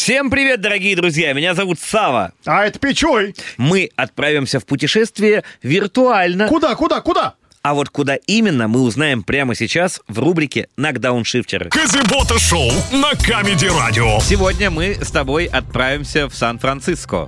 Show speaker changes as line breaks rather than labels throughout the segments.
Всем привет, дорогие друзья! Меня зовут Сава.
А это Пичуй.
Мы отправимся в путешествие виртуально.
Куда?
А вот куда именно, мы узнаем прямо сейчас в рубрике «Нокдаун-шифтеры».
Казибота-шоу на Камеди Радио.
Сегодня мы с тобой отправимся в Сан-Франциско.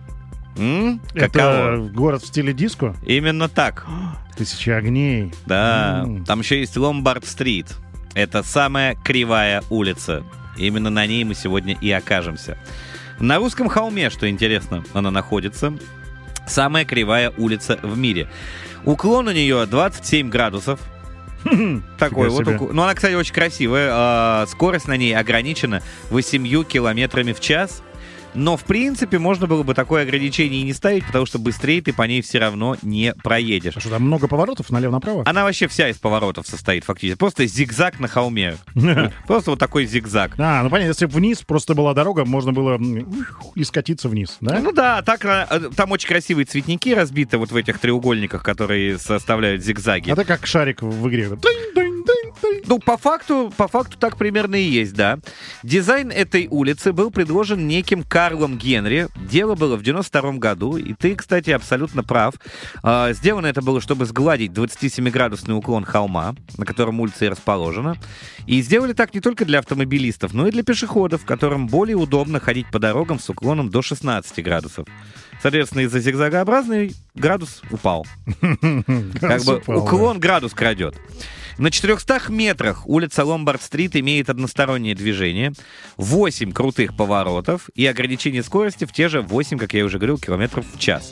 Это
Каково?
город в стиле диско?
Именно так.
Тысячи огней.
Да, там еще есть Ломбард-стрит. Это самая кривая улица. Именно на ней мы сегодня и окажемся. На русском холме, что интересно, она находится. Самая кривая улица в мире. Уклон у нее 27 градусов. Такой вот. Ну, она, кстати, очень красивая. Скорость на ней ограничена 8 километрами в час. Но, в принципе, можно было бы такое ограничение и не ставить, потому что быстрее ты по ней все равно не проедешь.
А что, там много поворотов налево-направо?
Она вообще вся из поворотов состоит фактически. Просто зигзаг на холме. Просто вот такой зигзаг.
Ну понятно, если бы вниз просто была дорога, можно было и скатиться вниз, да?
Ну да, так, там очень красивые цветники разбиты вот в этих треугольниках, которые составляют зигзаги.
Это как шарик в игре.
Ну, по факту так примерно и есть, да. Дизайн этой улицы был предложен неким Карлом Генри. Дело было в 92-м году, и ты, кстати, абсолютно прав. Сделано это было, чтобы сгладить 27-градусный уклон холма, на котором улица и расположена. И сделали так не только для автомобилистов, но и для пешеходов, которым более удобно ходить по дорогам с уклоном до 16 градусов. Соответственно, из-за зигзагообразный градус упал. Как бы уклон градус крадет. На 400 метрах улица Ломбард-стрит имеет одностороннее движение, 8 крутых поворотов и ограничение скорости в те же 8, как я уже говорил, километров в час.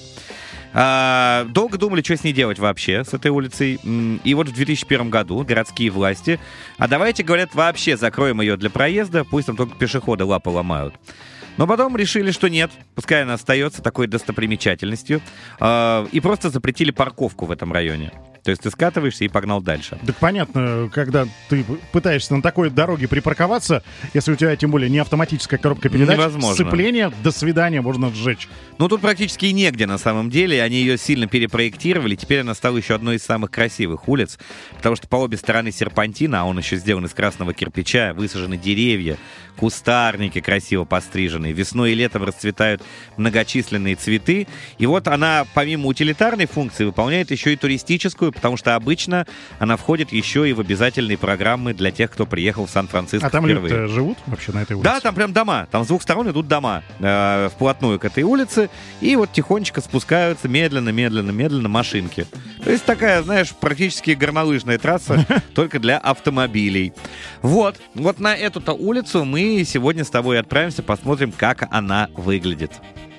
Долго думали, что с ней делать вообще, с этой улицей. И вот в 2001 году городские власти, давайте, говорят, вообще закроем ее для проезда, пусть там только пешеходы лапы ломают. Но потом решили, что нет, пускай она остается такой достопримечательностью, и просто запретили парковку в этом районе. То есть ты скатываешься и погнал дальше.
Так понятно, когда ты пытаешься на такой дороге припарковаться, если у тебя тем более не автоматическая коробка передач,
невозможно.
Сцепление, до свидания, можно сжечь.
Ну, тут практически и негде на самом деле. Они ее сильно перепроектировали. Теперь она стала еще одной из самых красивых улиц, потому что по обе стороны серпантина, а он еще сделан из красного кирпича, высажены деревья, кустарники красиво постриженные. Весной и летом расцветают многочисленные цветы. И вот она, помимо утилитарной функции, выполняет еще и туристическую, потому что обычно она входит еще и в обязательные программы для тех, кто приехал в Сан-Франциско
впервые. А там
люди
живут вообще на этой улице?
Да, там прям дома. Там с двух сторон идут дома вплотную к этой улице. И вот тихонечко спускаются медленно машинки. То есть такая, знаешь, практически горнолыжная трасса, только для автомобилей. Вот на эту-то улицу мы сегодня с тобой отправимся, посмотрим, как она выглядит.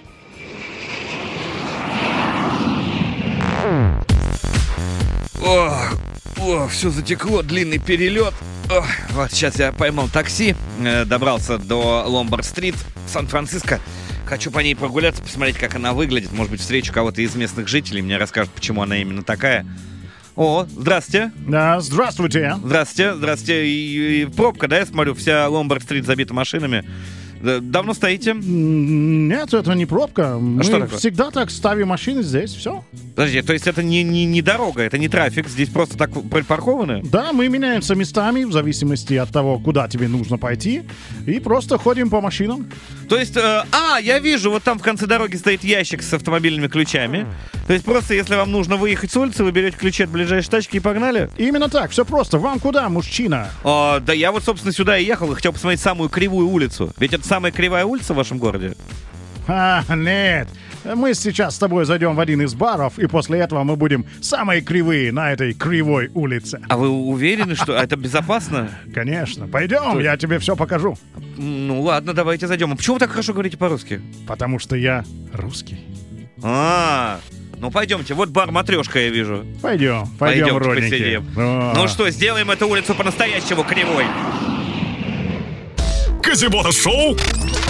Все затекло, длинный перелет. Вот сейчас я поймал такси, добрался до Ломбард-стрит, Сан-Франциско. Хочу по ней прогуляться, посмотреть, как она выглядит. Может быть, встречу кого-то из местных жителей, мне расскажут, почему она именно такая. О, здрасте.
Да, здравствуйте.
Здрасте. И пробка, да, я смотрю, вся Ломбард-стрит забита машинами. Давно стоите?
Нет, это не пробка. Мы
что такое?
всегда так ставим машины здесь, все.
Подожди, то есть это не дорога, это не трафик, здесь просто так припаркованы?
Да, мы меняемся местами в зависимости от того, куда тебе нужно пойти, и просто ходим по машинам.
То есть, я вижу, вот там в конце дороги стоит ящик с автомобильными ключами. То есть просто, если вам нужно выехать с улицы, вы берете ключи от ближайшей тачки и погнали?
Именно так, все просто. Вам куда, мужчина?
Да я вот, собственно, сюда и ехал и хотел посмотреть самую кривую улицу. Ведь это самая кривая улица в вашем городе?
Нет. Мы сейчас с тобой зайдем в один из баров, и после этого мы будем самые кривые на этой кривой улице.
А вы уверены, что это безопасно?
Конечно. Пойдем, я тебе все покажу.
Ну ладно, давайте зайдем. А почему вы так хорошо говорите по-русски?
Потому что я русский.
Ну пойдемте, вот бар «Матрешка» я вижу.
Пойдем, родненькие.
Посидим. Ну что, сделаем эту улицу по-настоящему кривой.
Казибота-шоу